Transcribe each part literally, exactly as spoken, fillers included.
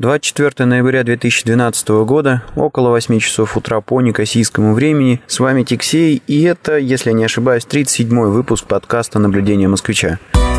двадцать четвёртое ноября две тысячи двенадцатого года, около восьми часов утра по некосийскому времени. С вами Тиксей, и это, если я не ошибаюсь, тридцать седьмой выпуск подкаста «Наблюдение москвича».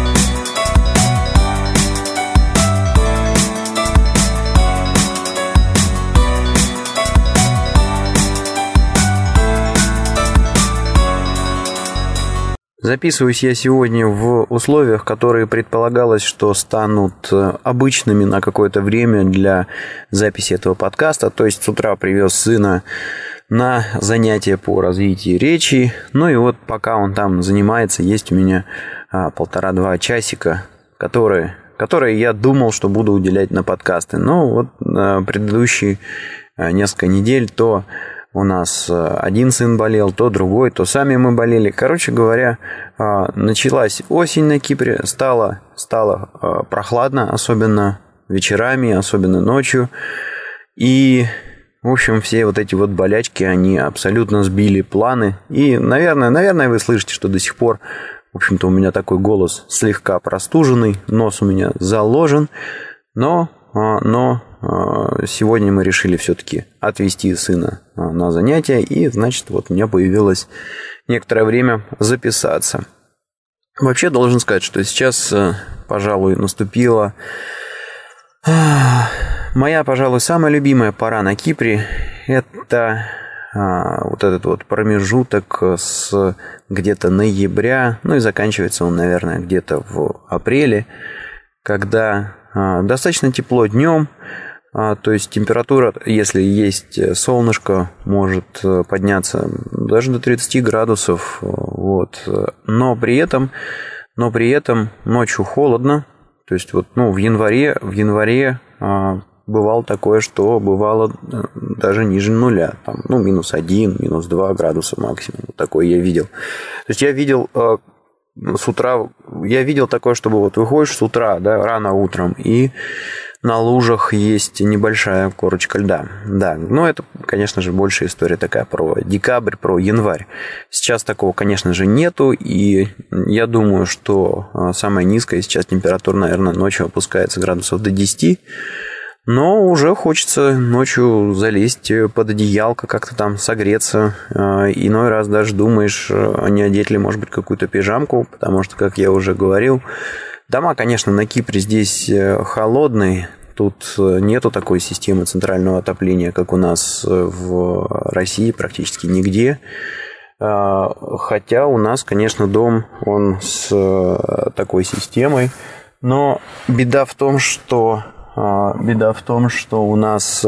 Записываюсь я сегодня в условиях, которые предполагалось, что станут обычными на какое-то время для записи этого подкаста. То есть с утра привез сына на занятия по развитию речи. Ну и вот пока он там занимается, есть у меня полтора-два часика, которые, которые я думал, что буду уделять на подкасты. Но вот предыдущие несколько недель то у нас один сын болел, то другой, то сами мы болели. Короче говоря, началась осень на Кипре, стало, стало прохладно, особенно вечерами, особенно ночью. И, в общем, все вот эти вот болячки, они абсолютно сбили планы. И, наверное, наверное, вы слышите, что до сих пор, в общем-то, у меня такой голос слегка простуженный, нос у меня заложен, но... но сегодня мы решили все-таки отвезти сына на занятия, и, значит, вот у меня появилось некоторое время записаться. Вообще, должен сказать, что сейчас, пожалуй, наступила моя, пожалуй, самая любимая пора на Кипре. Это вот этот вот промежуток с где-то ноября, ну и заканчивается он, наверное, где-то в апреле, когда достаточно тепло днем. То есть температура, если есть солнышко, может подняться даже до тридцати градусов. Вот. Но при этом, но при этом ночью холодно. То есть вот, ну, в январе, в январе а, бывало такое, что бывало даже ниже нуля. Там, ну, минус один, минус два градуса максимум. Такое я видел. То есть я видел а, с утра, я видел такое, чтобы вот выходишь с утра, да, рано утром, и на лужах есть небольшая корочка льда. Да, но это, конечно же, большая история такая про декабрь, про январь. Сейчас такого, конечно же, нету, и я думаю, что самая низкая сейчас температура, наверное, ночью опускается градусов до десяти, но уже хочется ночью залезть под одеялко, как-то там согреться. Иной раз даже думаешь, не одеть ли, может быть, какую-то пижамку, потому что, как я уже говорил, дома, конечно, на Кипре здесь холодные. Тут нету такой системы центрального отопления, как у нас в России, практически нигде. Хотя у нас, конечно, дом, он с такой системой. Но беда в том, что, беда в том, что у нас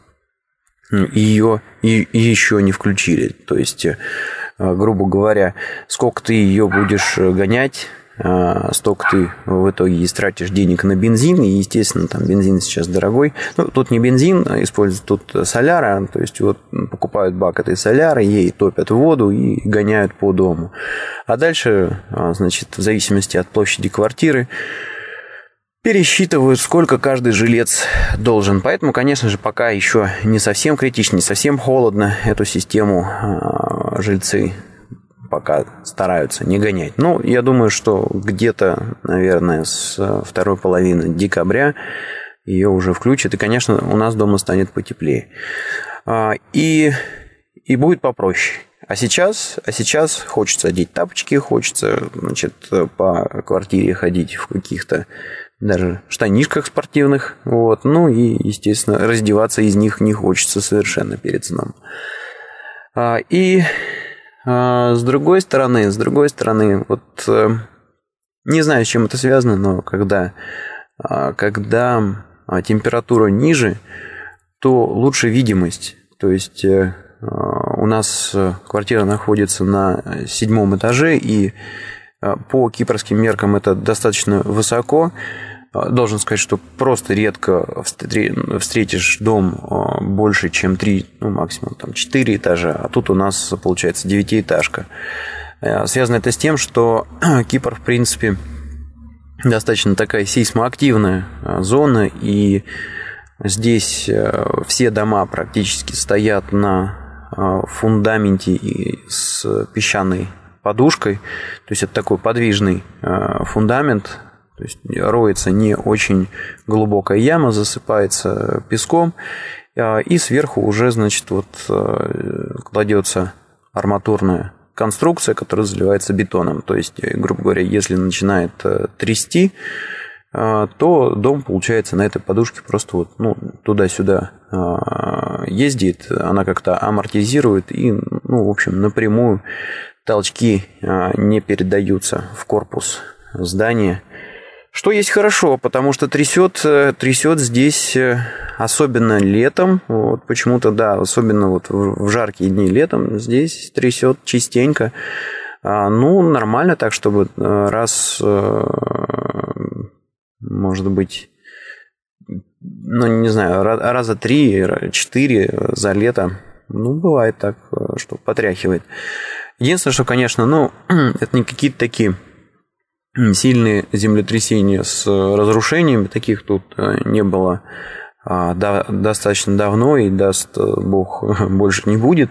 ее и еще не включили. То есть, грубо говоря, сколько ты ее будешь гонять, столько ты в итоге истратишь денег на бензин, и, естественно, там бензин сейчас дорогой. Ну, тут не бензин, а используют тут соляра, то есть вот покупают бак этой соляры, ей топят воду и гоняют по дому. А дальше, значит, в зависимости от площади квартиры, пересчитывают, сколько каждый жилец должен. Поэтому, конечно же, пока еще не совсем критично, не совсем холодно, эту систему жильцы пока стараются не гонять. Ну, я думаю, что где-то, наверное, с второй половины декабря ее уже включат. И, конечно, у нас дома станет потеплее. И, и будет попроще. А сейчас, а сейчас хочется одеть тапочки, хочется, значит, по квартире ходить в каких-то даже штанишках спортивных. Вот. Ну и, естественно, раздеваться из них не хочется совершенно перед сном. И... С другой стороны, с другой стороны, вот не знаю, с чем это связано, но когда, когда температура ниже, то лучше видимость. То есть у нас квартира находится на седьмом этаже, и по кипрским меркам это достаточно высоко. Должен сказать, что просто редко встретишь дом больше, чем три, ну, максимум там четыре этажа, а тут у нас получается девятиэтажка. Связано это с тем, что Кипр, в принципе, достаточно такая сейсмоактивная зона, и здесь все дома практически стоят на фундаменте с песчаной подушкой, то есть это такой подвижный фундамент. То есть роется не очень глубокая яма, засыпается песком, и сверху уже, значит, вот кладется арматурная конструкция, которая заливается бетоном. То есть, грубо говоря, если начинает трясти, то дом, получается, на этой подушке просто вот, ну, туда-сюда ездит, она как-то амортизирует, и, ну, в общем, напрямую толчки не передаются в корпус здания. Что есть хорошо, потому что трясет, трясет здесь, особенно летом. Вот почему-то, да, особенно вот в жаркие дни летом здесь трясет частенько. Ну, нормально так, чтобы раз, может быть, ну, не знаю, раза три-четыре за лето. Ну, бывает так, что потряхивает. Единственное, что, конечно, ну, это не какие-то такие сильные землетрясения с разрушениями, таких тут не было да, достаточно давно, и, даст Бог, больше не будет.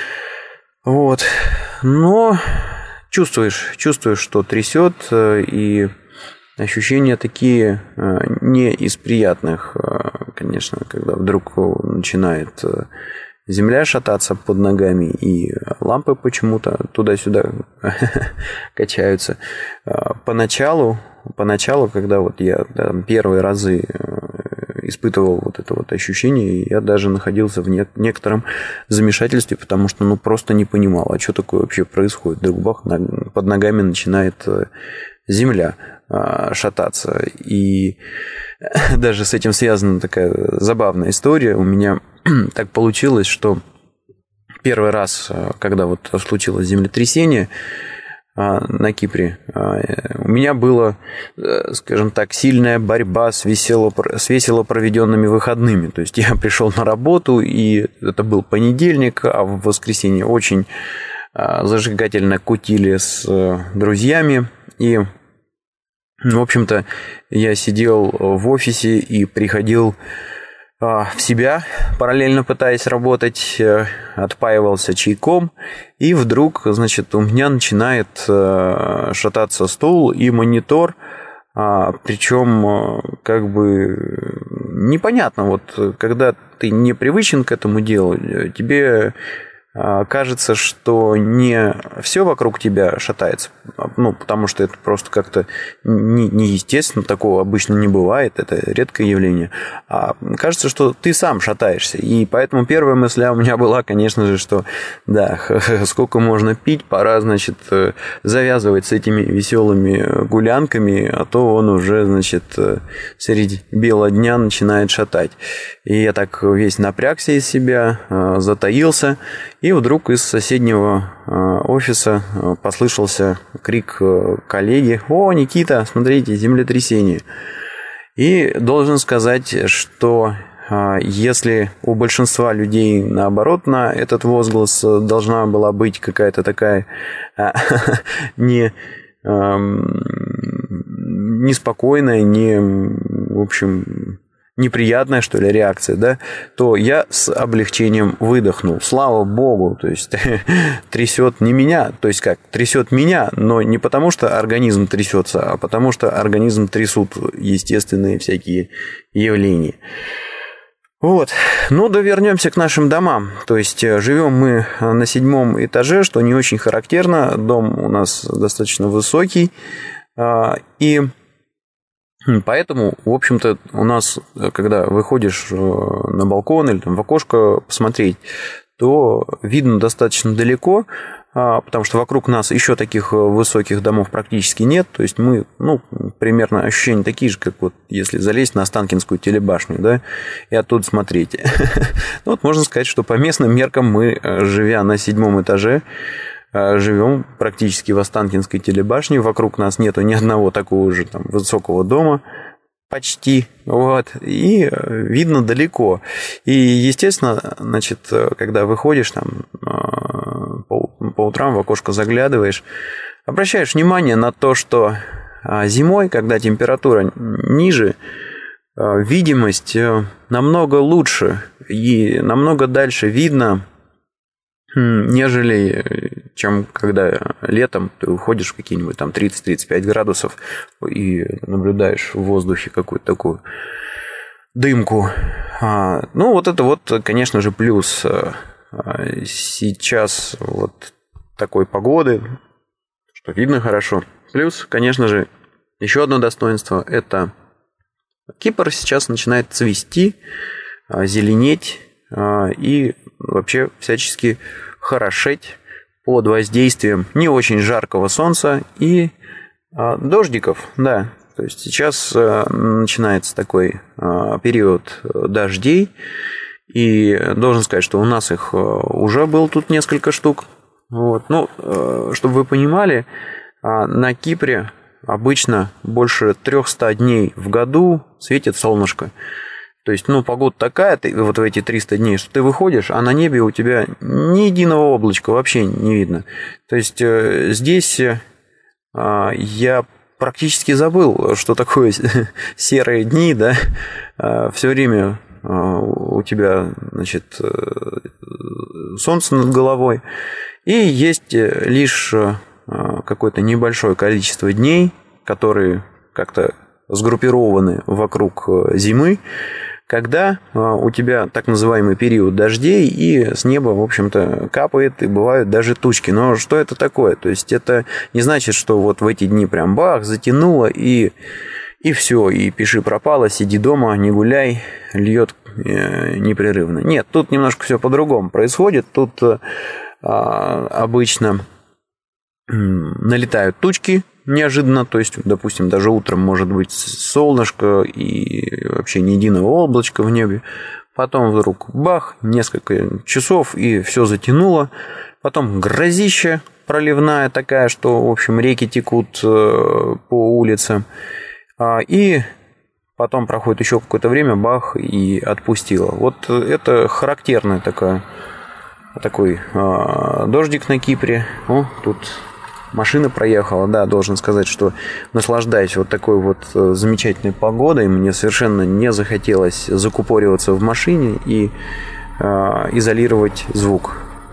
Вот. Но чувствуешь, чувствуешь, что трясет, и ощущения такие не из приятных, конечно, когда вдруг начинает земля шататься под ногами, и лампы почему-то туда-сюда качаются. Поначалу, поначалу, когда вот я там, первые разы испытывал вот это вот ощущение, я даже находился в не- некотором замешательстве, потому что ну просто не понимал, а что такое вообще происходит. Вдруг бах, под ногами начинает земля шататься. И даже с этим связана такая забавная история. У меня так получилось, что первый раз, когда вот случилось землетрясение на Кипре, у меня была, скажем так, сильная борьба с весело, с весело проведенными выходными. То есть я пришел на работу, и это был понедельник, а в воскресенье очень зажигательно кутили с друзьями. И, в общем-то, я сидел в офисе и приходил в себя, параллельно пытаясь работать, отпаивался чайком, и вдруг, значит, у меня начинает шататься стул и монитор, причем как бы непонятно, вот когда ты не привычен к этому делу, тебе кажется, что не все вокруг тебя шатается, ну, потому что это просто как-то не, неестественно, такого обычно не бывает, это редкое явление. А кажется, что ты сам шатаешься. И поэтому первая мысль у меня была, конечно же, что да, сколько можно пить, пора, значит, завязывать с этими веселыми гулянками, а то он уже, значит, среди бела дня начинает шатать. И я так весь напрягся из себя, затаился. И вдруг из соседнего офиса послышался крик коллеги: «О, Никита, смотрите, землетрясение!» И должен сказать, что если у большинства людей, наоборот, на этот возглас должна была быть какая-то такая не неспокойная, не, в общем, неприятная, что ли, реакция, да, то я с облегчением выдохнул. Слава богу, то есть трясет не меня, то есть как, трясет меня, но не потому, что организм трясется, а потому, что организм трясут естественные всякие явления. Вот, ну да, вернемся к нашим домам. То есть живем мы на седьмом этаже, что не очень характерно. Дом у нас достаточно высокий, и поэтому, в общем-то, у нас, когда выходишь на балкон или там в окошко посмотреть, то видно достаточно далеко, потому что вокруг нас еще таких высоких домов практически нет. То есть мы, ну, примерно ощущения такие же, как вот если залезть на Останкинскую телебашню, да, и оттуда смотреть. Ну, вот можно сказать, что по местным меркам мы, живя на седьмом этаже, живем практически в Останкинской телебашне. Вокруг нас нету ни одного такого же там высокого дома. Почти. Вот. И видно далеко. И, естественно, значит, когда выходишь там по, по утрам в окошко заглядываешь, обращаешь внимание на то, что зимой, когда температура ниже, видимость намного лучше и намного дальше видно нежели чем когда летом ты уходишь в какие-нибудь там тридцать-тридцать пять градусов и наблюдаешь в воздухе какую-то такую дымку. Ну, вот это вот, конечно же, плюс сейчас вот такой погоды, что видно хорошо. Плюс, конечно же, еще одно достоинство – это Кипр сейчас начинает цвести, зеленеть и вообще всячески хорошеть под воздействием не очень жаркого солнца и дождиков. Да, то есть сейчас начинается такой период дождей, и должен сказать, что у нас их уже было тут несколько штук. Вот. Ну, чтобы вы понимали, на Кипре обычно больше трехсот дней в году светит солнышко. То есть, ну, погода такая, ты, вот в эти триста дней, что ты выходишь, а на небе у тебя ни единого облачка вообще не видно. То есть, здесь я практически забыл, что такое серые дни, да, все время у тебя, значит, солнце над головой, и есть лишь какое-то небольшое количество дней, которые как-то сгруппированы вокруг зимы, когда у тебя так называемый период дождей, и с неба, в общем-то, капает, и бывают даже тучки. Но что это такое? То есть, это не значит, что вот в эти дни прям бах, затянуло, и, и все, и пиши пропало, сиди дома, не гуляй, льет непрерывно. Нет, тут немножко все по-другому происходит. Тут а, обычно налетают тучки неожиданно, то есть, допустим, даже утром может быть солнышко и вообще ни единого облачка в небе. Потом вдруг бах, несколько часов, и все затянуло. Потом грозища проливная такая, что, в общем, реки текут по улицам. И потом проходит еще какое-то время, бах, и отпустило. Вот это характерный такой, такой дождик на Кипре. О, тут машина проехала, да, должен сказать, что наслаждаюсь вот такой вот замечательной погодой. Мне совершенно не захотелось закупориваться в машине и э, изолировать звук.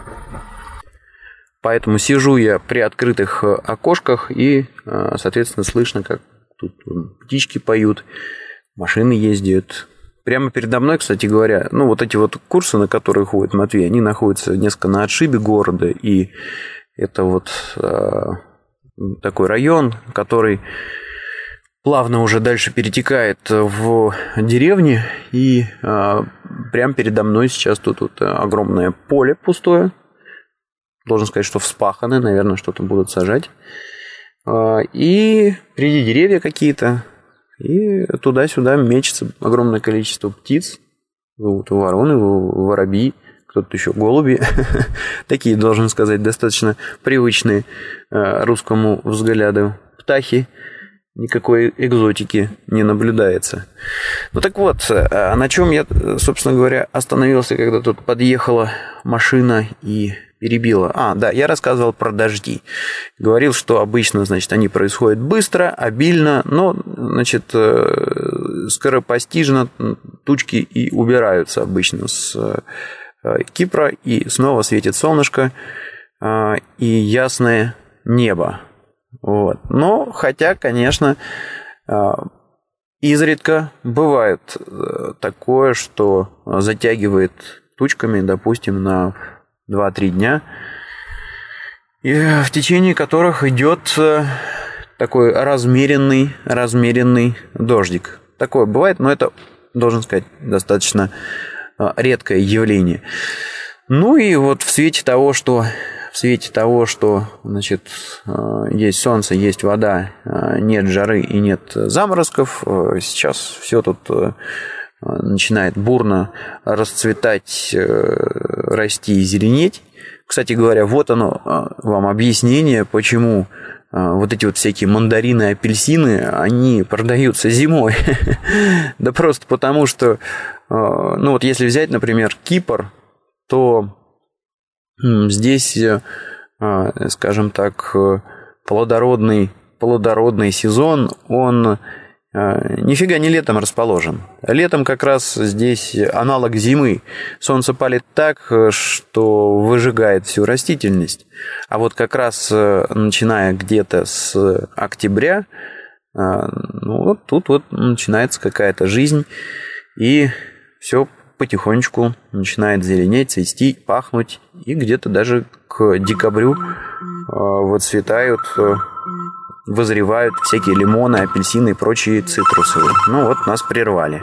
Поэтому сижу я при открытых окошках, и, э, соответственно, слышно, как тут птички поют, машины ездят. Прямо передо мной, кстати говоря, ну, вот эти вот курсы, на которые ходит Матвей, они находятся несколько на отшибе города, и это вот э, такой район, который плавно уже дальше перетекает в деревни, и э, прямо передо мной сейчас тут, тут огромное поле пустое. Должен сказать, что вспахано, наверное, что-то будут сажать. Э, и впереди деревья какие-то, и туда-сюда мечется огромное количество птиц. Вот, вороны, воробьи. Тут еще голуби, такие, должен сказать, достаточно привычные русскому взгляду птахи, никакой экзотики не наблюдается. Ну так вот, на чем я, собственно говоря, остановился, когда тут подъехала машина и перебила. А, да, я рассказывал про дожди. Говорил, что обычно, значит, они происходят быстро, обильно, но, значит, скоропостижно тучки и убираются обычно с Кипра, и снова светит солнышко и ясное небо. Вот. Но, хотя, конечно, изредка бывает такое, что затягивает тучками, допустим, на два-три дня, и в течение которых идет такой размеренный, размеренный дождик. Такое бывает, но это, должен сказать, достаточно редкое явление. Ну и вот в свете того, что в свете того, что, значит, есть солнце, есть вода, нет жары и нет заморозков, сейчас все тут начинает бурно расцветать, расти и зеленеть. Кстати говоря, вот оно вам объяснение, почему вот эти вот всякие мандарины, апельсины, они продаются зимой. Да просто потому, что, ну вот если взять, например, Кипр, то здесь, скажем так, плодородный, плодородный сезон, он нифига не летом расположен. Летом как раз здесь аналог зимы. Солнце палит так, что выжигает всю растительность. А вот как раз начиная где-то с октября, ну вот тут вот начинается какая-то жизнь, и все потихонечку начинает зеленеть, цвести, пахнуть, и где-то даже к декабрю выцветают, вызревают всякие лимоны, апельсины и прочие цитрусовые. Ну вот, нас прервали.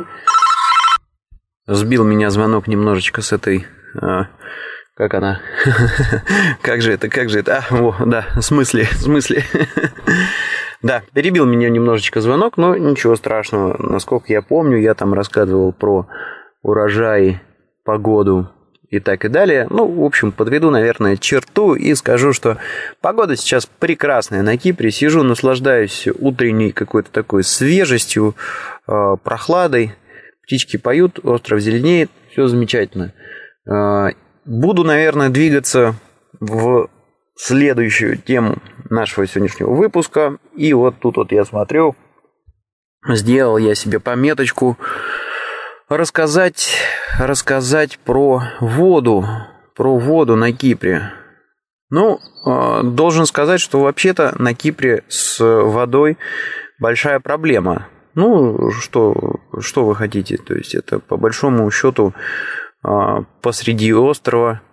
Сбил меня звонок немножечко с этой... Как она? Как же это, как же это? А, о, да, в смысле, в смысле. Да, перебил меня немножечко звонок, но ничего страшного. Насколько я помню, я там рассказывал про урожай, погоду и так и далее. Ну, в общем, подведу, наверное, черту и скажу, что погода сейчас прекрасная на Кипре. Сижу, наслаждаюсь утренней какой-то такой свежестью, прохладой. Птички поют, остров зеленеет, все замечательно. Буду, наверное, двигаться в следующую тему нашего сегодняшнего выпуска. И вот тут вот я смотрю, сделал я себе пометочку рассказать, рассказать про воду, про воду на Кипре. Ну, должен сказать, что вообще-то на Кипре с водой большая проблема. Ну, что, что вы хотите? То есть это по большому счету посреди острова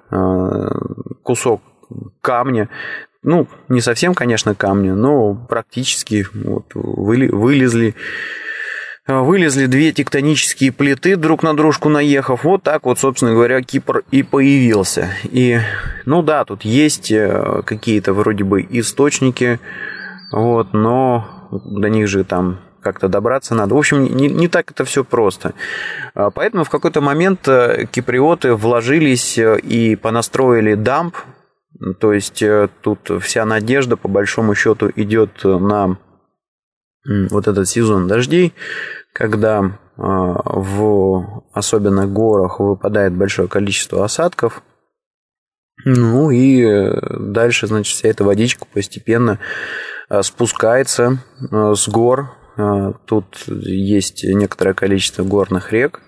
кусок камня. Ну, не совсем, конечно, камня, но практически вот, вылезли, вылезли две тектонические плиты друг на дружку наехав. Вот так вот, собственно говоря, Кипр и появился. И, ну да, тут есть какие-то вроде бы источники, вот, но до них же там как-то добраться надо. В общем, не, не так это все просто. Поэтому в какой-то момент киприоты вложились и понастроили дамб. То есть тут вся надежда, по большому счету, идет на вот этот сезон дождей, когда в особенно горах выпадает большое количество осадков. Ну и дальше, значит, вся эта водичка постепенно спускается с гор. Тут есть некоторое количество горных рек,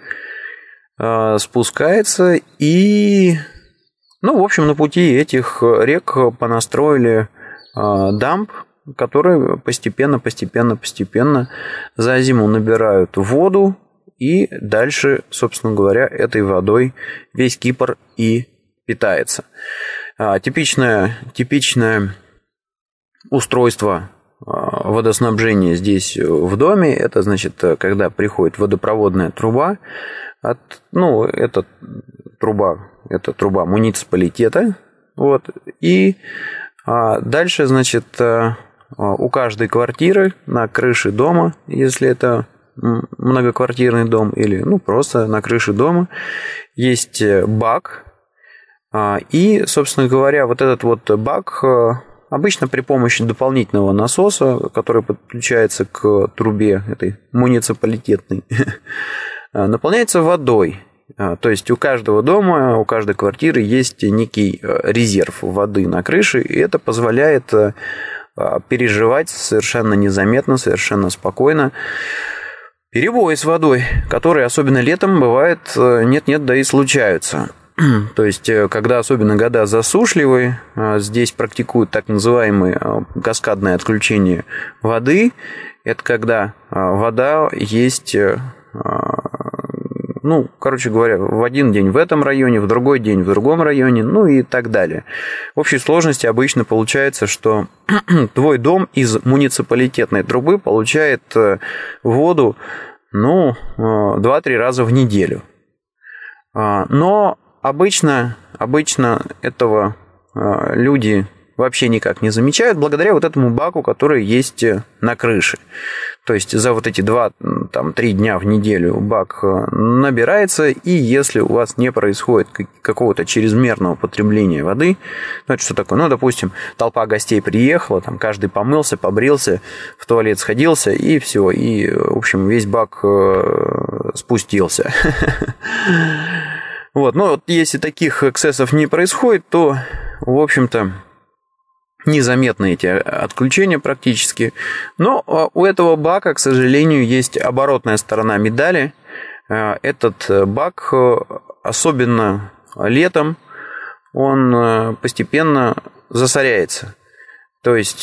спускается, и, ну, в общем, на пути этих рек понастроили дамб, которые постепенно, постепенно, постепенно за зиму набирают воду, и дальше, собственно говоря, этой водой весь Кипр и питается. Типичное, типичное устройство водоснабжения здесь в доме, это значит, когда приходит водопроводная труба, от, ну, это труба, это труба муниципалитета, вот, и а, дальше, значит, у каждой квартиры на крыше дома, если это многоквартирный дом или, ну, просто на крыше дома, есть бак, и, собственно говоря, вот этот вот бак обычно при помощи дополнительного насоса, который подключается к трубе этой муниципалитетной, наполняется водой. То есть у каждого дома, у каждой квартиры есть некий резерв воды на крыше, и это позволяет переживать совершенно незаметно, совершенно спокойно перебои с водой, которые особенно летом бывает нет-нет, да и случаются. То есть, когда особенно года засушливые, здесь практикуют так называемое каскадное отключение воды. Это когда вода есть, ну, короче говоря, в один день в этом районе, в другой день в другом районе, ну и так далее. В общей сложности обычно получается, что твой дом из муниципалитетной трубы получает воду, ну, два-три раза в неделю. Но Обычно, обычно этого э, люди вообще никак не замечают, благодаря вот этому баку, который есть на крыше. То есть за вот эти два-три дня в неделю бак набирается, и если у вас не происходит какого-то чрезмерного потребления воды, ну это что такое? Ну, допустим, толпа гостей приехала, там каждый помылся, побрился, в туалет сходился, и все, и, в общем, весь бак спустился. Вот, но вот если таких эксцессов не происходит, то, в общем-то, незаметны эти отключения практически. Но у этого бака, к сожалению, есть оборотная сторона медали. Этот бак, особенно летом, он постепенно засоряется. То есть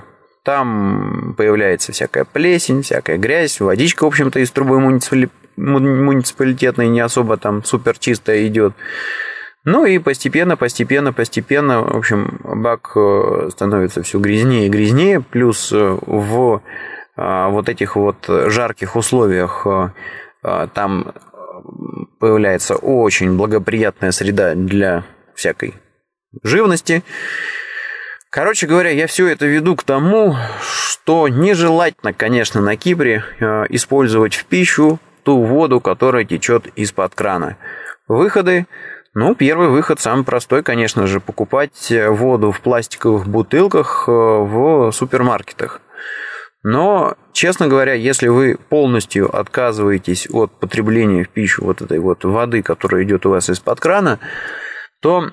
там появляется всякая плесень, всякая грязь, водичка, в общем-то, из трубы муниципалитетной не особо там супер чистая идет. Ну и постепенно, постепенно, постепенно, в общем, бак становится все грязнее и грязнее, плюс в вот этих вот жарких условиях там появляется очень благоприятная среда для всякой живности. Короче говоря, я все это веду к тому, что нежелательно, конечно, на Кипре использовать в пищу ту воду, которая течет из-под крана. Выходы. Ну, первый выход самый простой, конечно же, покупать воду в пластиковых бутылках в супермаркетах. Но, честно говоря, если вы полностью отказываетесь от потребления в пищу вот этой вот воды, которая идет у вас из-под крана, то,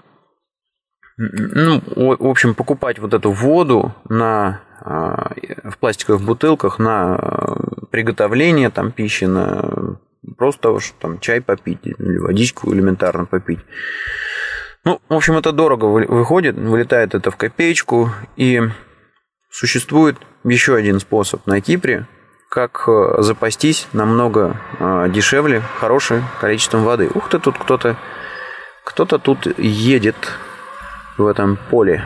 ну, в общем, покупать вот эту воду на, в пластиковых бутылках на приготовление там, пищи, на просто уж там чай попить или водичку элементарно попить. Ну, в общем, это дорого выходит, вылетает это в копеечку. И существует еще один способ на Кипре, как запастись намного дешевле хорошим количеством воды. Ух ты, тут кто-то кто-то тут едет в этом поле.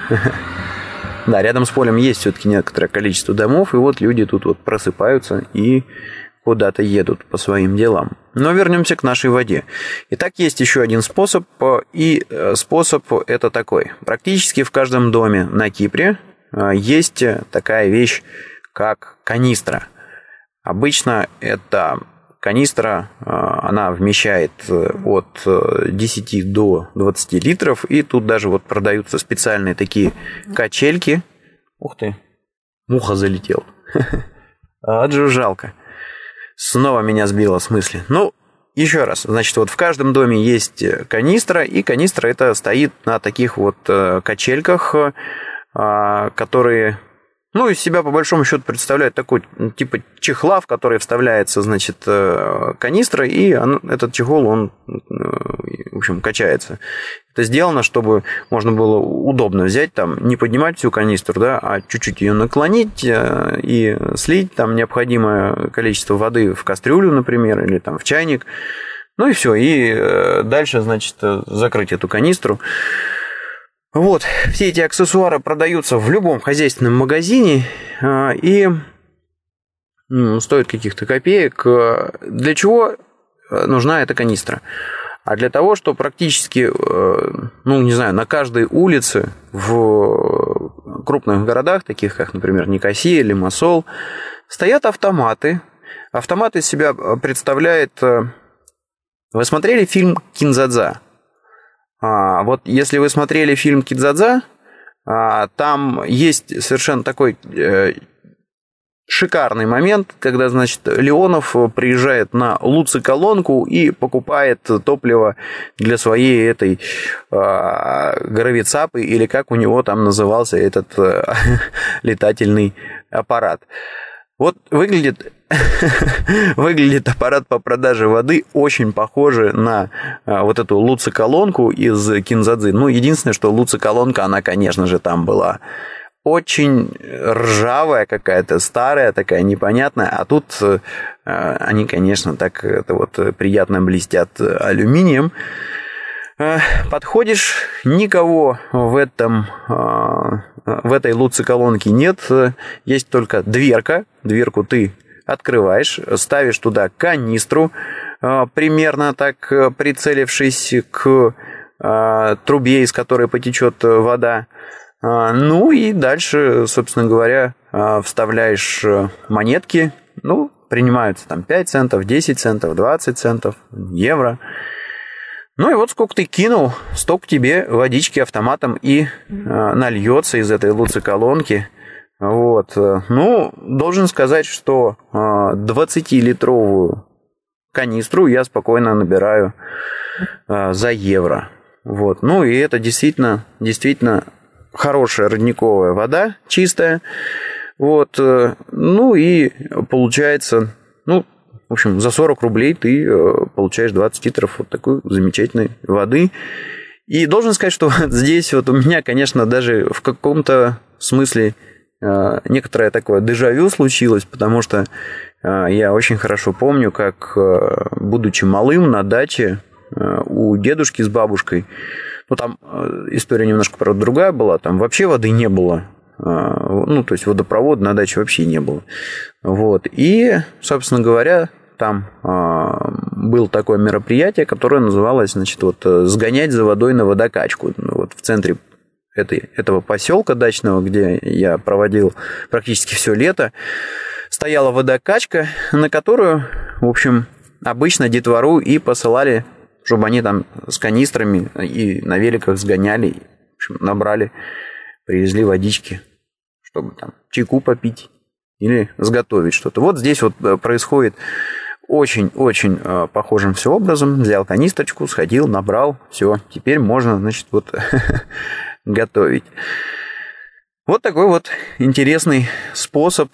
Да, рядом с полем есть все-таки некоторое количество домов, и вот люди тут вот просыпаются и куда-то едут по своим делам. Но вернемся к нашей воде. Итак, есть еще один способ, и способ это такой. Практически в каждом доме на Кипре есть такая вещь, как канистра. Обычно это канистра, она вмещает от десяти до двадцати литров, и тут даже вот продаются специальные такие качельки. Ух ты, муха залетела. Отжужжалка. Снова меня сбило с мысли. Ну, еще раз. Значит, вот в каждом доме есть канистра, и канистра это стоит на таких вот качельках, которые, ну, из себя по большому счету представляют такой типа чехла, в который вставляется, значит, канистра, и он, этот чехол, он, в общем, качается. Это сделано, чтобы можно было удобно взять, там, не поднимать всю канистру, да, а чуть-чуть ее наклонить и слить там необходимое количество воды в кастрюлю, например, или там в чайник. Ну и все, и дальше, значит, закрыть эту канистру. Вот, все эти аксессуары продаются в любом хозяйственном магазине и стоят каких-то копеек. Для чего нужна эта канистра? А для того, что практически, ну, не знаю, на каждой улице в крупных городах, таких как, например, Никосия, Лимассол, стоят автоматы. Автомат из себя представляет... Вы смотрели фильм «Кин-дза-дза»? А, вот если вы смотрели фильм «Кин-дза-дза», а, там есть совершенно такой э, шикарный момент, когда, значит, Леонов приезжает на Луциколонку и покупает топливо для своей этой э, гравицапы, или как у него там назывался этот э, летательный аппарат. Вот выглядит, выглядит аппарат по продаже воды очень похоже на а, вот эту Луциколонку из Кин-дза-дзы. Ну, единственное, что Луциколонка, она, конечно же, там была очень ржавая какая-то, старая такая, непонятная. А тут а, они, конечно, так это вот приятно блестят алюминием. Подходишь, никого в этом, в этой Луциколонке нет, есть только дверка, дверку ты открываешь, ставишь туда канистру, примерно так прицелившись к трубе, из которой потечет вода, ну и дальше, собственно говоря, вставляешь монетки, ну, принимаются там пять центов, десять центов, двадцать центов, евро. Ну и вот сколько ты кинул, столько тебе водички автоматом и э, нальется из этой Луциколонки. Вот. Ну, должен сказать, что э, двадцатилитровую канистру я спокойно набираю э, за евро. Вот. Ну и это действительно, действительно хорошая родниковая вода, чистая. Вот. Ну и получается, ну, в общем, за сорок рублей ты получаешь двадцать литров вот такой замечательной воды. И должен сказать, что вот здесь вот у меня, конечно, даже в каком-то смысле некоторое такое дежавю случилось, потому что я очень хорошо помню, как, будучи малым на даче у дедушки с бабушкой, ну, там история немножко, правда, другая была, там вообще воды не было, ну, то есть водопровода на даче вообще не было. Вот. И, собственно говоря, там было такое мероприятие, которое называлось, значит, вот «Сгонять за водой на водокачку». Вот в центре этой, этого поселка дачного, где я проводил практически все лето, стояла водокачка, на которую, в общем, обычно детвору и посылали, чтобы они там с канистрами и на великах сгоняли, в общем, набрали, привезли водички, чтобы там чайку попить или сготовить что-то. Вот здесь вот происходит очень-очень похожим все образом. Взял канистрочку, сходил, набрал, все, теперь можно, значит, вот готовить. Вот такой вот интересный способ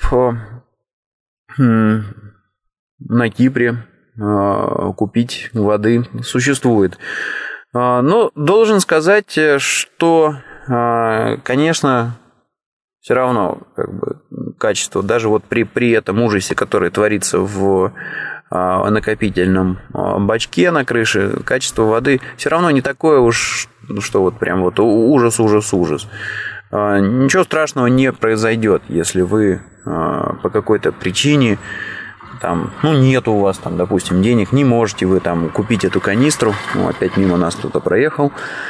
на Кипре купить воды существует. Но должен сказать, что, конечно, все равно как бы качество, даже вот при, при этом ужасе, который творится в накопительном бачке на крыше, качество воды все равно не такое уж, что вот прям вот ужас, ужас, ужас. Ничего страшного не произойдет, если вы по какой-то причине там, ну, нет у вас там, допустим, денег, не можете вы там купить эту канистру, ну, опять мимо нас кто-то проехал,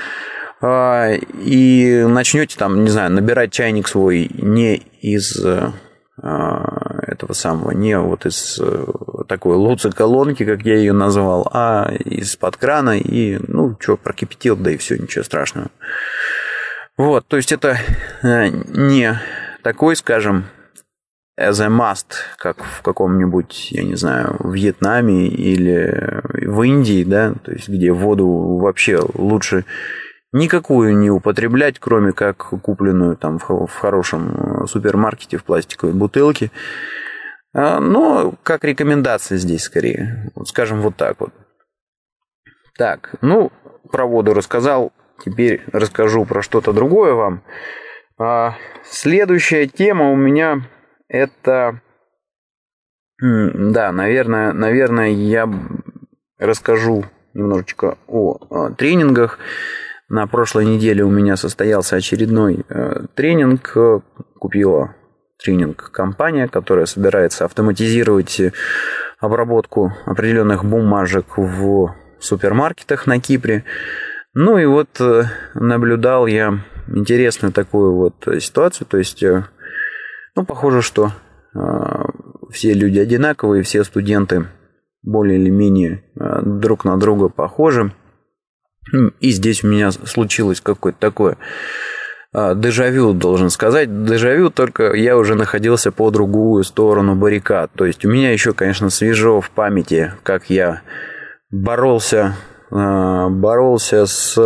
и начнете там, не знаю, набирать чайник свой не из этого самого, не вот из такой луци-колонки, как я ее назвал, а из-под крана, и, ну, что, прокипятил, да и все, ничего страшного. Вот, то есть это не такой, скажем, as a must, как в каком-нибудь, я не знаю, Вьетнаме или в Индии, да, то есть где воду вообще лучше никакую не употреблять, кроме как купленную там в хорошем супермаркете в пластиковой бутылке. Но как рекомендация здесь скорее, вот скажем вот так вот. Так, ну, про воду рассказал, теперь расскажу про что-то другое вам. Следующая тема у меня это, да, наверное, наверное, я расскажу немножечко о тренингах. На прошлой неделе у меня состоялся очередной тренинг. Купила тренинг компания, которая собирается автоматизировать обработку определенных бумажек в супермаркетах на Кипре. Ну и вот наблюдал я интересную такую вот ситуацию. То есть, ну, похоже, что все люди одинаковые, все студенты более или менее друг на друга похожи. И здесь у меня случилось какое-то такое дежавю, должен сказать. Дежавю, только я уже находился по другую сторону баррикад. То есть у меня еще, конечно, свежо в памяти, как я боролся, боролся с,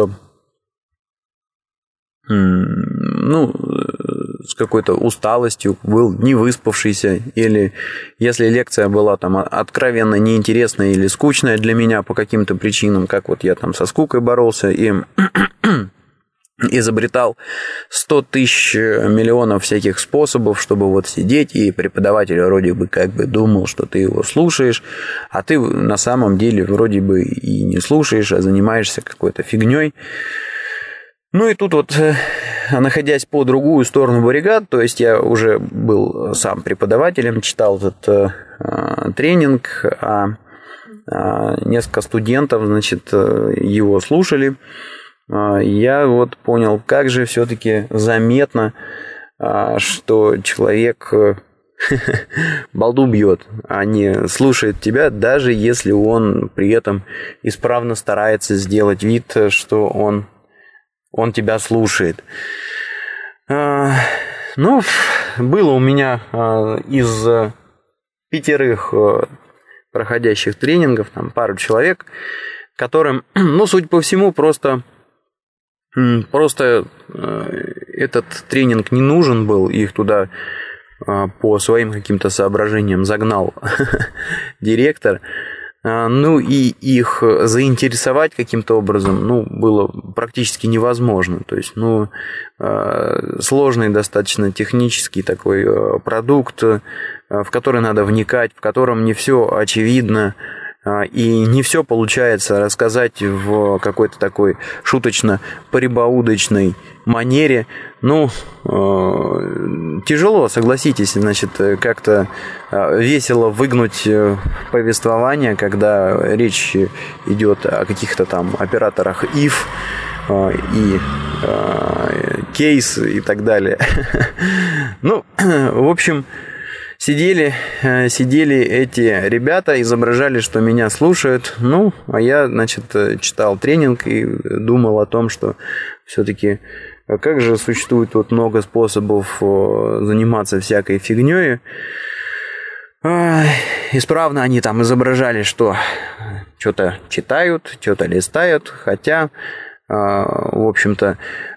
ну, с какой-то усталостью, был не выспавшийся, или если лекция была там откровенно неинтересная или скучная для меня по каким-то причинам, как вот я там со скукой боролся и изобретал сто тысяч миллионов всяких способов, чтобы вот сидеть, и преподаватель вроде бы как бы думал, что ты его слушаешь, а ты на самом деле вроде бы и не слушаешь, а занимаешься какой-то фигней. Ну и тут вот, находясь по другую сторону баррикад, то есть я уже был сам преподавателем, читал этот э, тренинг, а э, несколько студентов, значит, его слушали. Э, я вот понял, как же все-таки заметно, э, что человек э, балду бьет, а не слушает тебя, даже если он при этом исправно старается сделать вид, что он Он тебя слушает. Ну, было у меня из пятерых проходящих тренингов там пару человек, которым, ну, судя по всему, просто Просто этот тренинг не нужен был, их туда по своим каким-то соображениям загнал директор. Ну и их заинтересовать каким-то образом, ну, было практически невозможно. То есть, ну, сложный достаточно технический такой продукт, в который надо вникать, в котором не все очевидно. И не все получается рассказать в какой-то такой шуточно-прибаудочной манере. Ну, тяжело, согласитесь, значит, как-то весело выгнуть повествование, когда речь идет о каких-то там операторах if и кейс и так далее. Ну, в общем... Сидели, сидели эти ребята, изображали, что меня слушают. Ну, а я, значит, читал тренинг и думал о том, что все-таки как же существует вот много способов заниматься всякой фигней. Исправно они там изображали, что что-то читают, что-то листают, хотя, в общем-то,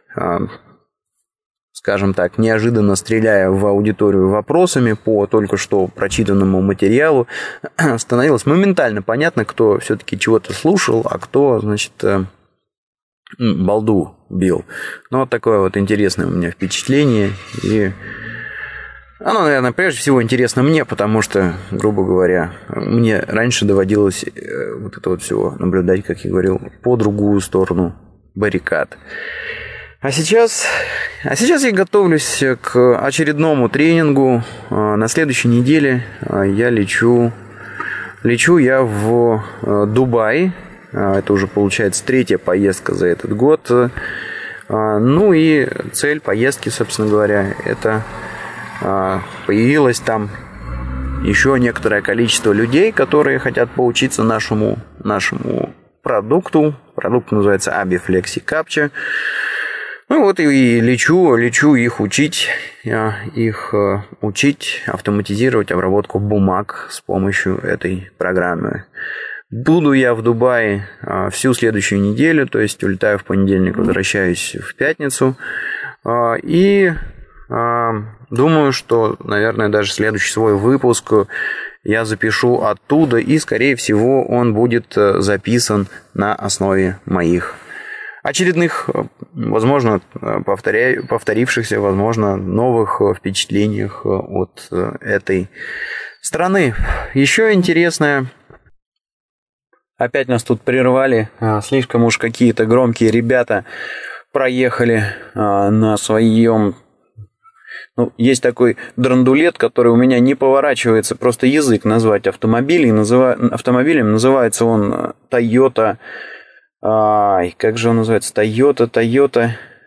скажем так, неожиданно стреляя в аудиторию вопросами по только что прочитанному материалу, становилось моментально понятно, кто все-таки чего-то слушал, а кто, значит, балду бил. Ну, вот такое вот интересное у меня впечатление. И оно, наверное, прежде всего интересно мне, потому что, грубо говоря, мне раньше доводилось вот это вот все наблюдать, как я говорил, по другую сторону баррикад. А сейчас, а сейчас я готовлюсь к очередному тренингу. На следующей неделе я лечу, лечу я в Дубай. Это уже получается третья поездка за этот год. Ну и цель поездки, собственно говоря, это появилось там еще некоторое количество людей, которые хотят поучиться нашему, нашему продукту. Продукт называется Abi Flexi Capture. Ну вот и лечу, лечу их учить, их учить автоматизировать обработку бумаг с помощью этой программы. Буду я в Дубае всю следующую неделю, то есть улетаю в понедельник, возвращаюсь в пятницу. И думаю, что, наверное, даже следующий свой выпуск я запишу оттуда, и, скорее всего, он будет записан на основе моих очередных, возможно, повторя... повторившихся, возможно, новых впечатлениях от этой страны. Еще интересное, опять нас тут прервали, слишком уж какие-то громкие ребята проехали на своем... Ну, есть такой драндулет, который у меня не поворачивается просто язык назвать автомобилем. Называ... Автомобилем называется он Toyota... Ай, как же он называется? Toyota, Toyota,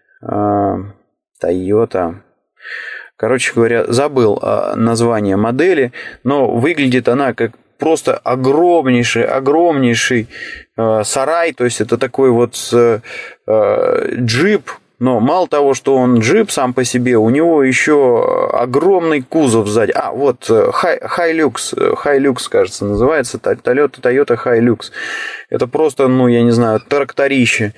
Toyota. Короче говоря, забыл название модели, но выглядит она как просто огромнейший, огромнейший сарай. То есть это такой вот джип. Но мало того, что он джип сам по себе, у него еще огромный кузов сзади. А, вот Hilux, Hilux, кажется, называется, Toyota, Toyota Hilux. Это просто, ну, я не знаю, тракторище.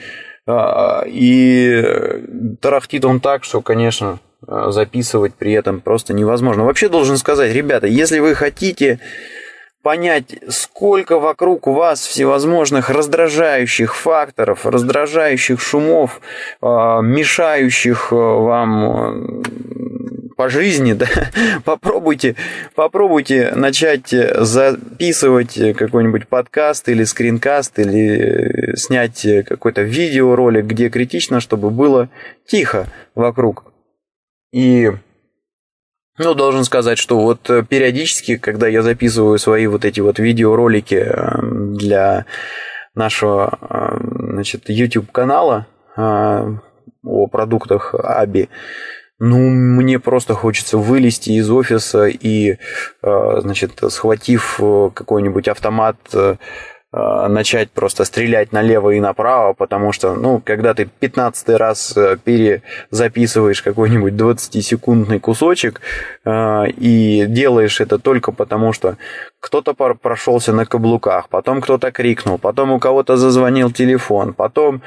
И тарахтит он так, что, конечно, записывать при этом просто невозможно. Вообще должен сказать, ребята, если вы хотите понять, сколько вокруг у вас всевозможных раздражающих факторов, раздражающих шумов, мешающих вам по жизни, да, попробуйте, попробуйте начать записывать какой-нибудь подкаст или скринкаст, или снять какой-то видеоролик, где критично, чтобы было тихо вокруг. И... Ну, должен сказать, что вот периодически, когда я записываю свои вот эти вот видеоролики для нашего, значит, YouTube-канала о продуктах Abi, ну, мне просто хочется вылезти из офиса и, значит, схватив какой-нибудь автомат, начать просто стрелять налево и направо, потому что, ну, когда ты пятнадцатый раз перезаписываешь какой-нибудь двадцатисекундный кусочек и делаешь это только потому, что кто-то прошелся на каблуках, потом кто-то крикнул, потом у кого-то зазвонил телефон, потом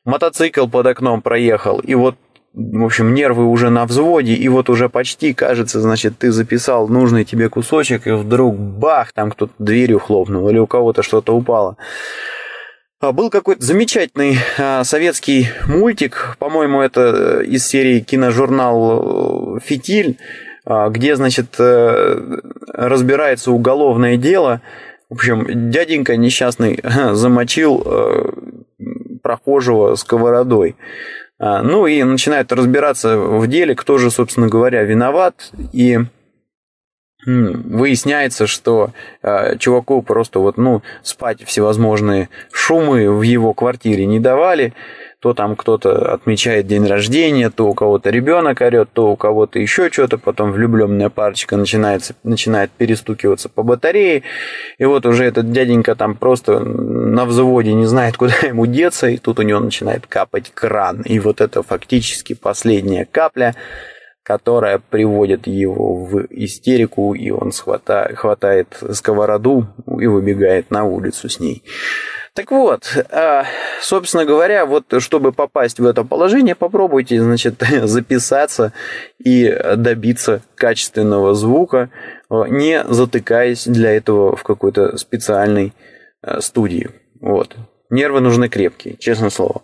мотоцикл под окном проехал, и вот, в общем, нервы уже на взводе, и вот уже почти, кажется, значит, ты записал нужный тебе кусочек, и вдруг бах, там кто-то дверью хлопнул, или у кого-то что-то упало. Был какой-то замечательный а, советский мультик, по-моему, это из серии киножурнал «Фитиль», а, где, значит, разбирается уголовное дело. В общем, дяденька несчастный замочил а, прохожего сковородой. А, ну и начинают разбираться в деле, кто же, собственно говоря, виноват, и выясняется, что э, чуваку просто вот, ну, спать всевозможные шумы в его квартире не давали. То там кто-то отмечает день рождения, то у кого-то ребенок орет, то у кого-то еще что-то. Потом влюбленная парочка начинается, начинает перестукиваться по батарее. И вот уже этот дяденька там просто на взводе не знает, куда ему деться. И тут у него начинает капать кран. И вот это фактически последняя капля, которая приводит его в истерику, и он хватает, хватает сковороду и выбегает на улицу с ней. Так вот, собственно говоря, вот чтобы попасть в это положение, попробуйте, значит, записаться и добиться качественного звука, не затыкаясь для этого в какой-то специальной студии. Вот. Нервы нужны крепкие, честное слово.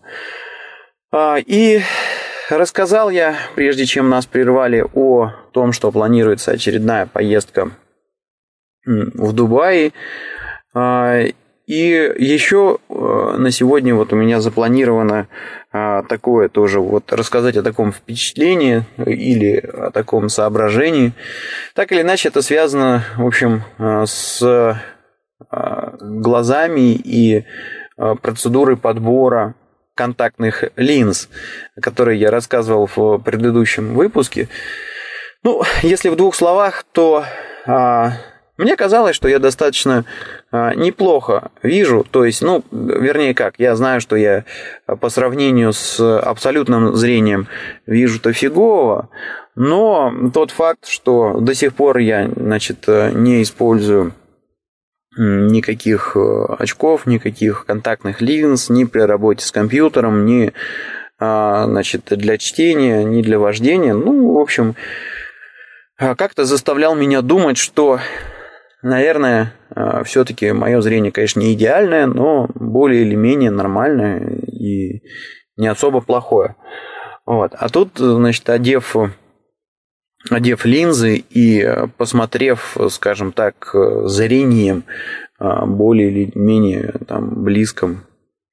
И рассказал я, прежде чем нас прервали, о том, что планируется очередная поездка в Дубае. И еще на сегодня вот у меня запланировано такое тоже, вот рассказать о таком впечатлении или о таком соображении. Так или иначе, это связано, в общем, с глазами и процедурой подбора контактных линз, о которой я рассказывал в предыдущем выпуске. Ну, если в двух словах, то а, мне казалось, что я достаточно а, неплохо вижу, то есть, ну, вернее как, я знаю, что я по сравнению с абсолютным зрением вижу-то фигово, но тот факт, что до сих пор я, значит, не использую никаких очков, никаких контактных линз, ни при работе с компьютером, ни, значит, для чтения, ни для вождения. Ну, в общем, как-то заставлял меня думать, что, наверное, все-таки мое зрение, конечно, не идеальное, но более или менее нормальное и не особо плохое. Вот. А тут, значит, одев... Одев линзы и посмотрев, скажем так, зрением более или менее там, близком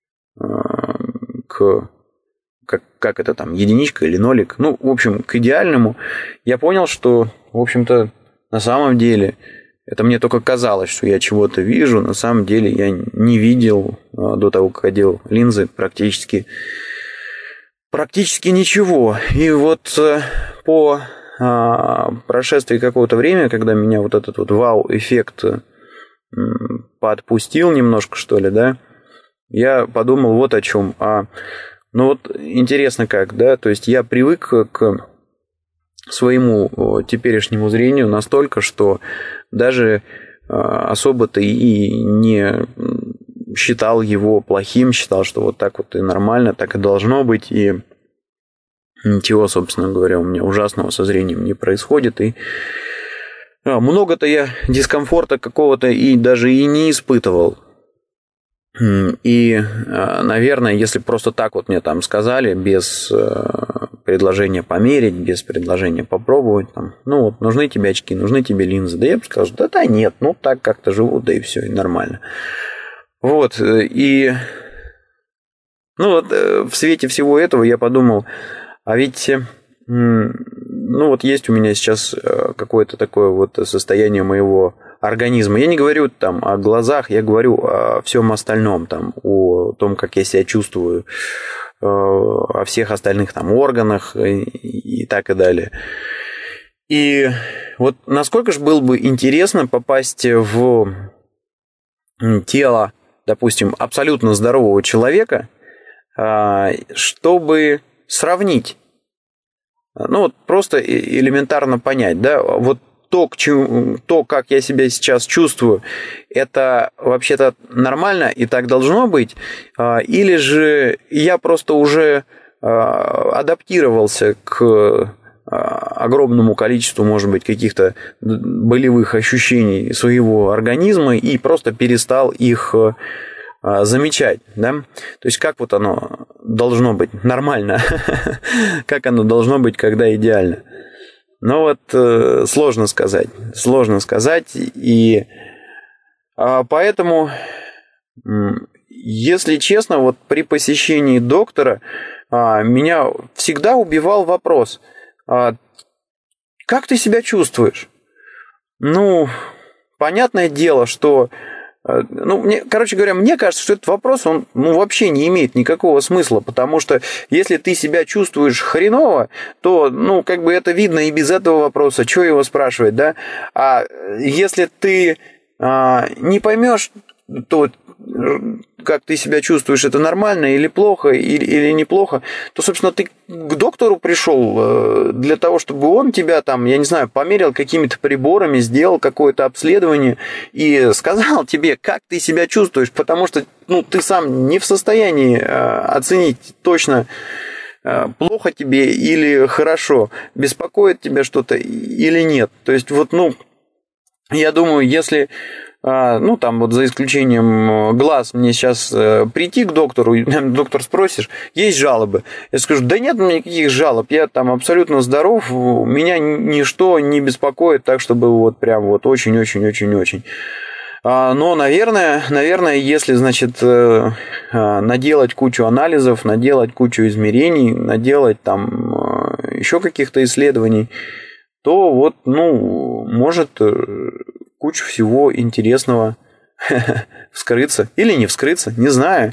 к, как, как это там, единичка или нолик, ну, в общем, к идеальному, я понял, что, в общем-то, на самом деле, это мне только казалось, что я чего-то вижу, на самом деле я не видел до того, как одел линзы, практически, практически ничего. И вот по... прошествии какого-то времени, когда меня вот этот вот вау-эффект подпустил немножко, что ли, да, я подумал вот о чем. А, ну вот интересно как, да, то есть я привык к своему теперешнему зрению настолько, что даже особо-то и не считал его плохим, считал, что вот так вот и нормально, так и должно быть, и ничего, собственно говоря, у меня ужасного со зрением не происходит. И много-то я дискомфорта какого-то и даже и не испытывал. И, наверное, если просто так вот мне там сказали, без предложения померить, без предложения попробовать, там, ну вот, нужны тебе очки, нужны тебе линзы, да я бы сказал, да да нет, ну так как-то живу, да и все, и нормально. Вот, и ну вот в свете всего этого я подумал, а ведь, ну вот есть у меня сейчас какое-то такое вот состояние моего организма. Я не говорю там о глазах, я говорю о всем остальном, там, о том, как я себя чувствую, о всех остальных там органах и, и так и далее. И вот насколько же было бы интересно попасть в тело, допустим, абсолютно здорового человека, чтобы сравнить, ну вот просто элементарно понять, да, вот то, к чему, то, как я себя сейчас чувствую, это вообще-то нормально и так должно быть, или же я просто уже адаптировался к огромному количеству, может быть, каких-то болевых ощущений своего организма и просто перестал их замечать, да? То есть как вот оно должно быть нормально, как оно должно быть, когда идеально. Ну вот э, сложно сказать, сложно сказать, и э, поэтому, э, если честно, вот при посещении доктора э, меня всегда убивал вопрос, э, как ты себя чувствуешь? Ну, понятное дело, что Ну, мне, короче говоря, мне кажется, что этот вопрос, он ну, вообще не имеет никакого смысла, потому что если ты себя чувствуешь хреново, то, ну, как бы это видно и без этого вопроса, что его спрашивать, да? А если ты а, не поймешь, то как ты себя чувствуешь, это нормально или плохо, или, или неплохо, то, собственно, ты к доктору пришел для того, чтобы он тебя там, я не знаю, померил какими-то приборами, сделал какое-то обследование и сказал тебе, как ты себя чувствуешь, потому что ну, ты сам не в состоянии оценить точно, плохо тебе или хорошо, беспокоит тебя что-то или нет. То есть, вот, ну, я думаю, если... Ну, там вот за исключением глаз, мне сейчас прийти к доктору, доктор спросишь, есть жалобы? Я скажу, да нет у меня никаких жалоб, я там абсолютно здоров, меня ничто не беспокоит так, чтобы вот прям вот очень-очень-очень-очень. Но, наверное, наверное, если, значит, наделать кучу анализов, наделать кучу измерений, наделать там еще каких-то исследований, то вот, ну, может... кучу всего интересного вскрыться или не вскрыться, не знаю.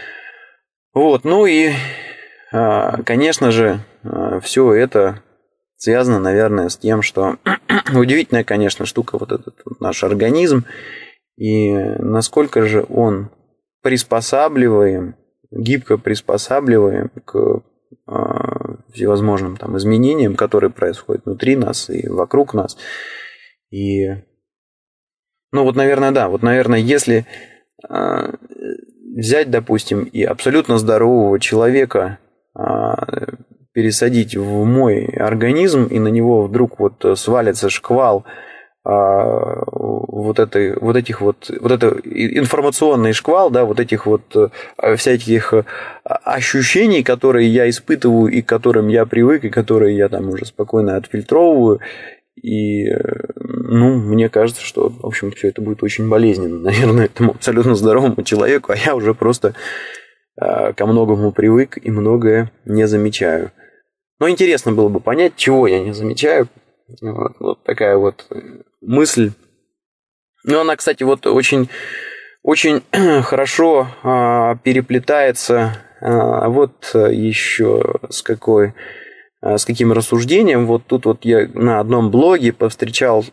Вот, ну и, конечно же, все это связано, наверное, с тем, что удивительная, конечно, штука вот этот вот наш организм, и насколько же он приспосабливаем, гибко приспосабливаем к всевозможным там изменениям, которые происходят внутри нас и вокруг нас. И Ну, вот, наверное, да. Вот, наверное, если э, взять, допустим, и абсолютно здорового человека э, пересадить в мой организм, и на него вдруг вот свалится шквал э, вот, этой, вот этих вот, вот это информационный шквал, да, вот этих вот э, всяких ощущений, которые я испытываю и к которым я привык, и которые я там уже спокойно отфильтровываю. И, ну, мне кажется, что, в общем, все это будет очень болезненно, наверное, этому абсолютно здоровому человеку, а я уже просто ко многому привык и многое не замечаю. Но интересно было бы понять, чего я не замечаю. Вот, вот такая вот мысль. Ну, она, кстати, вот очень, очень хорошо переплетается вот еще с какой... с каким рассуждением. Вот тут вот я на одном блоге повстречал,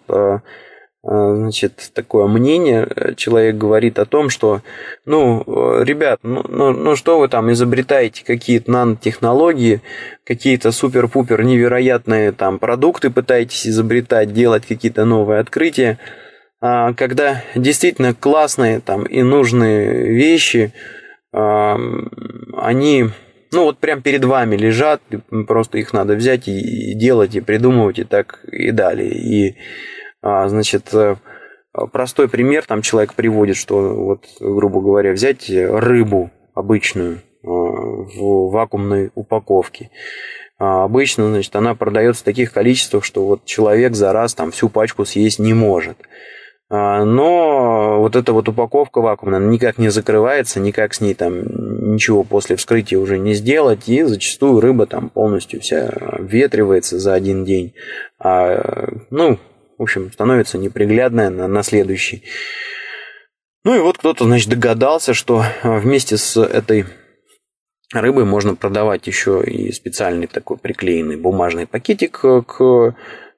значит, такое мнение. Человек говорит о том, что, ну, ребят, ну, ну, ну что вы там изобретаете какие-то нанотехнологии, какие-то супер-пупер невероятные там продукты пытаетесь изобретать, делать какие-то новые открытия, когда действительно классные там и нужные вещи, они... Ну, вот прям перед вами лежат, просто их надо взять и делать, и придумывать, и так и далее. И, значит, простой пример, там человек приводит, что, вот, грубо говоря, взять рыбу обычную в вакуумной упаковке. Обычно, значит, она продается в таких количествах, что вот человек за раз там всю пачку съесть не может. Но вот эта вот упаковка вакуумная никак не закрывается, никак с ней там ничего после вскрытия уже не сделать, и зачастую рыба там полностью вся обветривается за один день, а, ну, в общем, становится неприглядная на, на следующий. Ну и вот кто-то, значит, догадался, что вместе с этой рыбой можно продавать еще и специальный такой приклеенный бумажный пакетик к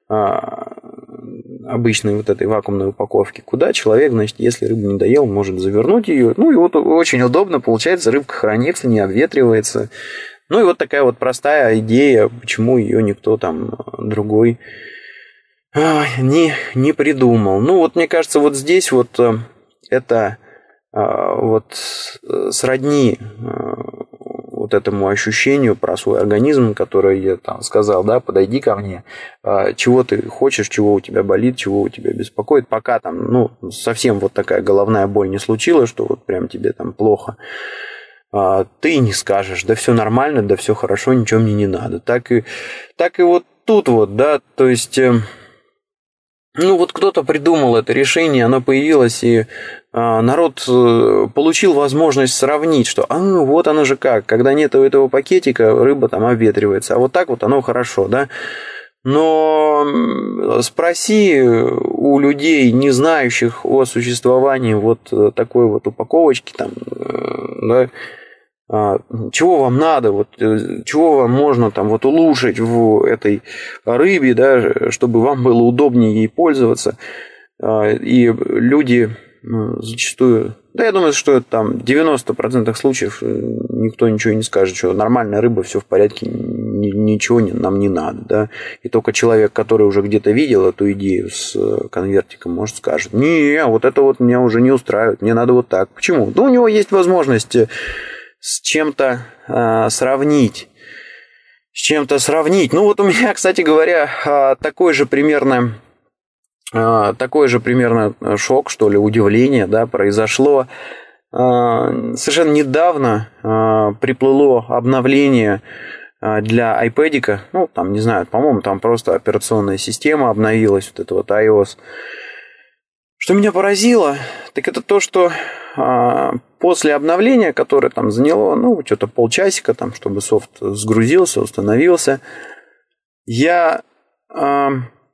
обычной вот этой вакуумной упаковки, куда человек, значит, если рыбу не доел, может завернуть ее. Ну и вот очень удобно, получается, рыбка хранится, не обветривается. Ну и вот такая вот простая идея, почему ее никто там другой не, не придумал. Ну, вот мне кажется, вот здесь вот это вот сродни вот этому ощущению про свой организм, который я там сказал, да, подойди ко мне, чего ты хочешь, чего у тебя болит, чего у тебя беспокоит, пока там, ну, совсем вот такая головная боль не случилась, что вот прям тебе там плохо, ты не скажешь, да все нормально, да все хорошо, ничего мне не надо. Так и, так и вот тут вот, да, то есть, ну вот кто-то придумал это решение, оно появилось, и народ получил возможность сравнить, что а ну вот оно же как, когда нет этого пакетика, рыба там обветривается, а вот так вот оно хорошо, да. Но спроси у людей, не знающих о существовании вот такой вот упаковочки, там, да, чего вам надо, вот, чего вам можно там вот улучшить в этой рыбе, да, чтобы вам было удобнее ей пользоваться. И люди зачастую, да, я думаю, что это там девяносто процентов случаев никто ничего не скажет, что нормальная рыба, все в порядке, ничего нам не надо, да. И только человек, который уже где-то видел эту идею с конвертиком, может, скажет: не, вот это вот меня уже не устраивает, мне надо вот так. Почему? Ну, у него есть возможность с чем-то э, сравнить. С чем-то сравнить. Ну, вот у меня, кстати говоря, такой же примерно, э, такой же примерно шок, что ли, удивление, да, произошло. Э, совершенно недавно э, приплыло обновление для iPad'ика. Ну, там, не знаю, по-моему, там просто операционная система обновилась, вот это вот iOS. Что меня поразило, так это то, что э, после обновления, которое там заняло, ну, что-то полчасика, там, чтобы софт сгрузился, установился, я э,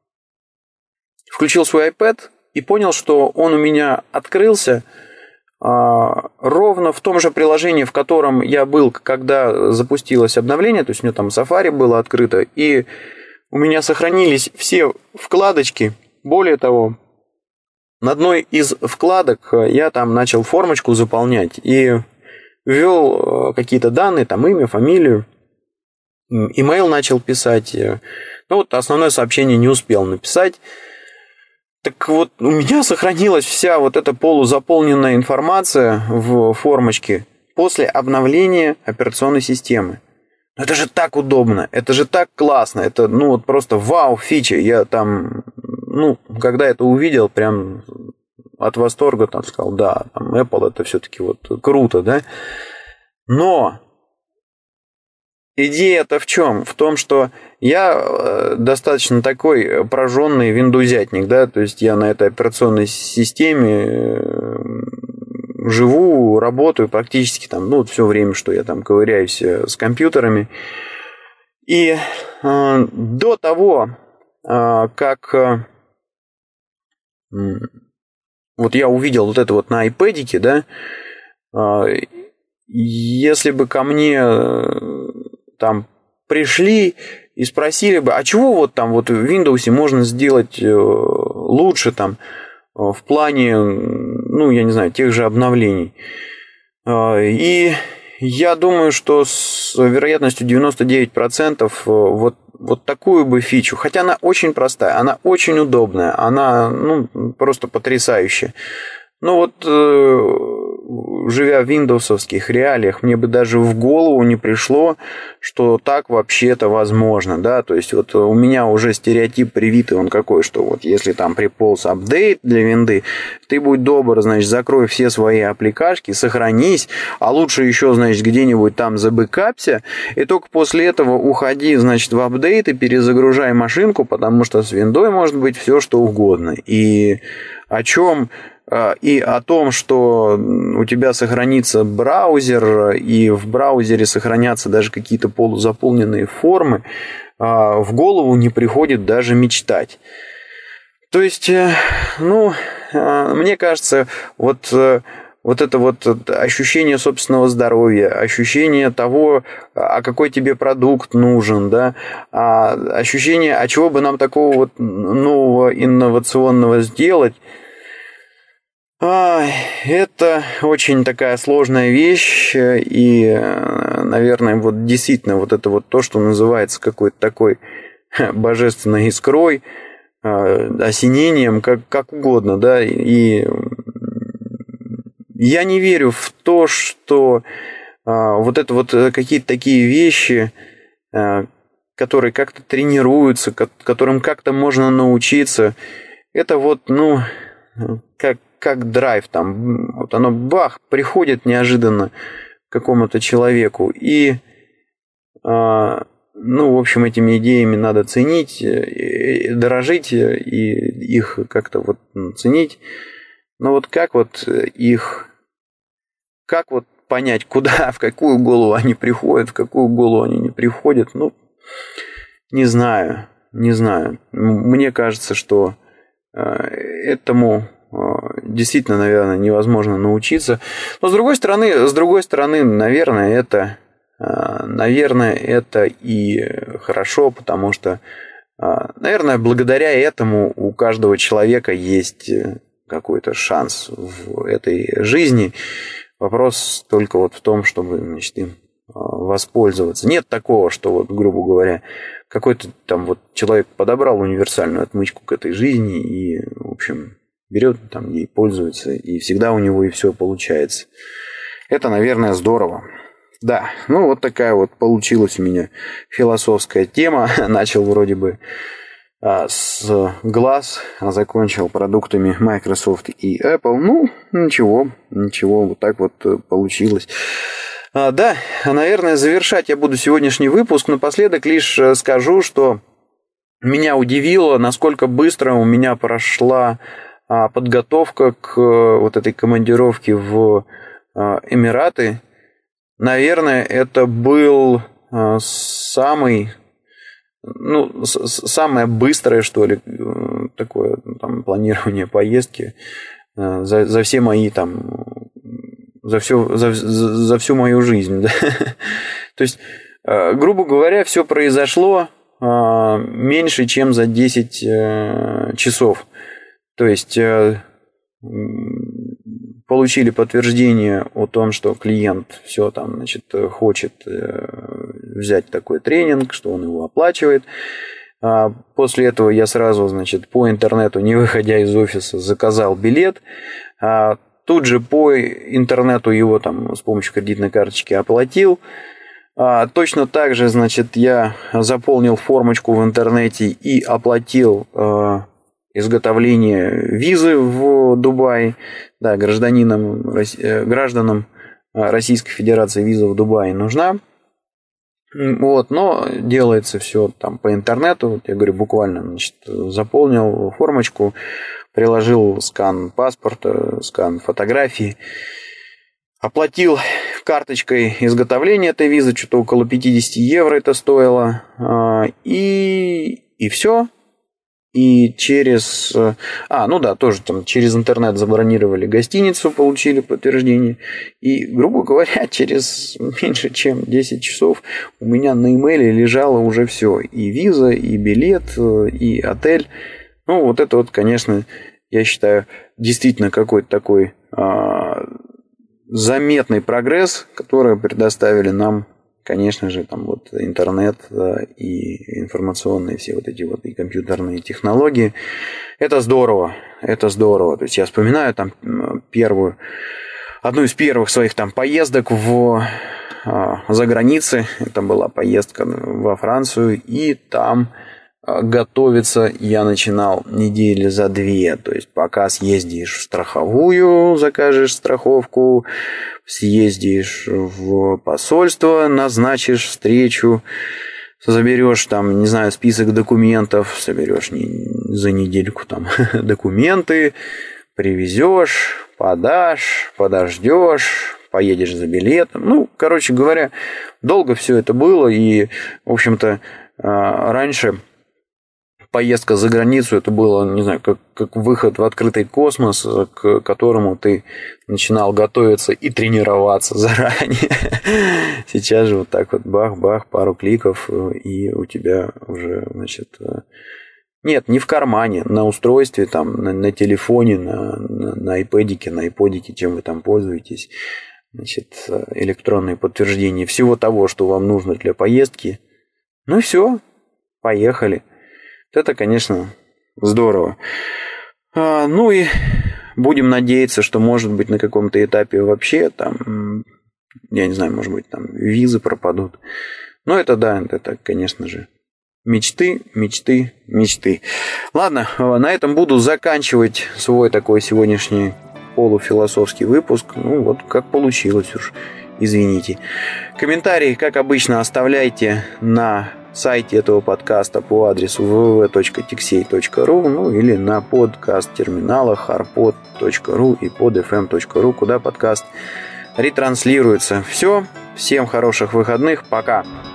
включил свой iPad и понял, что он у меня открылся э, ровно в том же приложении, в котором я был, когда запустилось обновление, то есть у меня там Safari было открыто, и у меня сохранились все вкладочки. Более того, на одной из вкладок я там начал формочку заполнять и ввел какие-то данные, там имя, фамилию, имейл начал писать. Ну вот основное сообщение не успел написать. Так вот, у меня сохранилась вся вот эта полузаполненная информация в формочке после обновления операционной системы. Это же так удобно, это же так классно, это, ну, вот просто вау, фича. Я там, ну, когда это увидел, прям от восторга там сказал: да, там Apple это все-таки вот круто, да. Но идея-то в чем? В том, что я достаточно такой прожженный виндузятник, да, то есть я на этой операционной системе живу, работаю практически там, ну, все время, что я там ковыряюсь с компьютерами. И э, до того, э, как э, вот я увидел вот это вот на iPad'ике, да, э, если бы ко мне э, там пришли и спросили бы, а чего вот там вот в Windows можно сделать э, лучше там, в плане, ну, я не знаю, тех же обновлений. И я думаю, что с вероятностью девяносто девять процентов вот, вот такую бы фичу, хотя она очень простая, она очень удобная, она, ну, просто потрясающая. Ну вот, живя в виндовсовских реалиях, мне бы даже в голову не пришло, что так вообще-то возможно, да, то есть вот у меня уже стереотип привитый, он какой, что вот если там приполз апдейт для винды, ты будь добр, значит, закрой все свои аппликашки, сохранись, а лучше еще, значит, где-нибудь там забэкапся, и только после этого уходи, значит, в апдейт и перезагружай машинку, потому что с виндой может быть все что угодно. И о чем... И о том, что у тебя сохранится браузер, и в браузере сохранятся даже какие-то полузаполненные формы, в голову не приходит даже мечтать. То есть, ну, мне кажется, вот, вот это вот ощущение собственного здоровья, ощущение того, а какой тебе продукт нужен, да, ощущение, а чего бы нам такого вот нового инновационного сделать, это очень такая сложная вещь, и, наверное, вот действительно вот это вот то, что называется какой-то такой божественной искрой, осенением, как, как угодно, да, и я не верю в то, что вот это вот какие-то такие вещи, которые как-то тренируются, которым как-то можно научиться, это вот, ну, как, как драйв там, вот оно бах, приходит неожиданно к какому-то человеку, и ну, в общем, этими идеями надо ценить, дорожить и их как-то вот ценить. Но вот как вот их, как вот понять, куда, в какую голову они приходят, в какую голову они не приходят, ну, не знаю, не знаю. Мне кажется, что этому действительно, наверное, невозможно научиться. Но с другой стороны, с другой стороны, наверное, это... Наверное, это и хорошо, потому что, наверное, благодаря этому у каждого человека есть какой-то шанс в этой жизни. Вопрос только вот в том, чтобы, значит, им воспользоваться. Нет такого, что, вот, грубо говоря, какой-то там вот человек подобрал универсальную отмычку к этой жизни и, в общем, берет там ей, пользуется, и всегда у него и все получается. Это, наверное, здорово. Да, ну вот такая вот получилась у меня философская тема. Начал вроде бы а, с глаз, а закончил продуктами Microsoft и Apple. Ну, ничего, ничего, вот так вот получилось. А, да, наверное, завершать я буду сегодняшний выпуск. Напоследок лишь скажу, что меня удивило, насколько быстро у меня прошла а, подготовка к вот этой командировке в а, Эмираты. Наверное, это был самый, ну, самое быстрое, что ли, такое там, планирование поездки за, за все мои там, за всю, за, за всю мою жизнь. Да? То есть, грубо говоря, все произошло меньше, чем за десять часов. То есть получили подтверждение о том, что клиент все там, значит, хочет взять такой тренинг, что он его оплачивает. После этого я сразу, значит, по интернету, не выходя из офиса, заказал билет. Тут же по интернету его там с помощью кредитной карточки оплатил. Точно так же, значит, я заполнил формочку в интернете и оплатил изготовление визы в Дубае. Да, гражданинам, гражданам Российской Федерации виза в Дубае нужна. Вот, но делается все там по интернету. Вот я говорю, буквально, значит, заполнил формочку, приложил скан паспорта, скан фотографии, оплатил карточкой изготовление этой визы, что-то около пятьдесят евро это стоило. И, и все. И через... А, ну да, тоже там через интернет забронировали гостиницу, получили подтверждение. И, грубо говоря, через меньше чем десять часов у меня на имейле лежало уже все. И виза, и билет, и отель. Ну, вот это вот, конечно, я считаю, действительно какой-то такой а, заметный прогресс, который предоставили нам, конечно же, там вот интернет, да, и информационные все вот эти вот и компьютерные технологии. Это здорово, это здорово. То есть я вспоминаю там первую, одну из первых своих там поездок в, а, за границей. Это была поездка во Францию, и там готовиться я начинал недели за две. То есть пока съездишь в страховую, закажешь страховку, съездишь в посольство, назначишь встречу, заберешь там, не знаю, список документов, соберешь не, за недельку там документы, привезешь, подашь, подождешь, поедешь за билетом. Ну, короче говоря, долго все это было, и, в общем-то, раньше поездка за границу, это было, не знаю, как, как выход в открытый космос, к которому ты начинал готовиться и тренироваться заранее. Сейчас же вот так вот бах-бах, пару кликов, и у тебя уже, значит... Нет, не в кармане, на устройстве, там, на, на телефоне, на, на, на айпэдике, на айподике, чем вы там пользуетесь. Значит, электронные подтверждения всего того, что вам нужно для поездки. Ну и все, поехали. Это, конечно, Здорово. А, ну и будем надеяться, что, может быть, на каком-то этапе вообще там, я не знаю, может быть, там визы пропадут. Но это да, это, конечно же, мечты, мечты, мечты. Ладно, на этом буду заканчивать свой такой сегодняшний полуфилософский выпуск. Ну вот как получилось уж, извините. Комментарии, как обычно, оставляйте на сайте этого подкаста по адресу дабл ю дабл ю дабл ю точка тиксей точка ру, ну или на подкаст-терминалах арпод точка ру и под эф эм точка ру, куда подкаст ретранслируется. Все, всем хороших выходных, пока!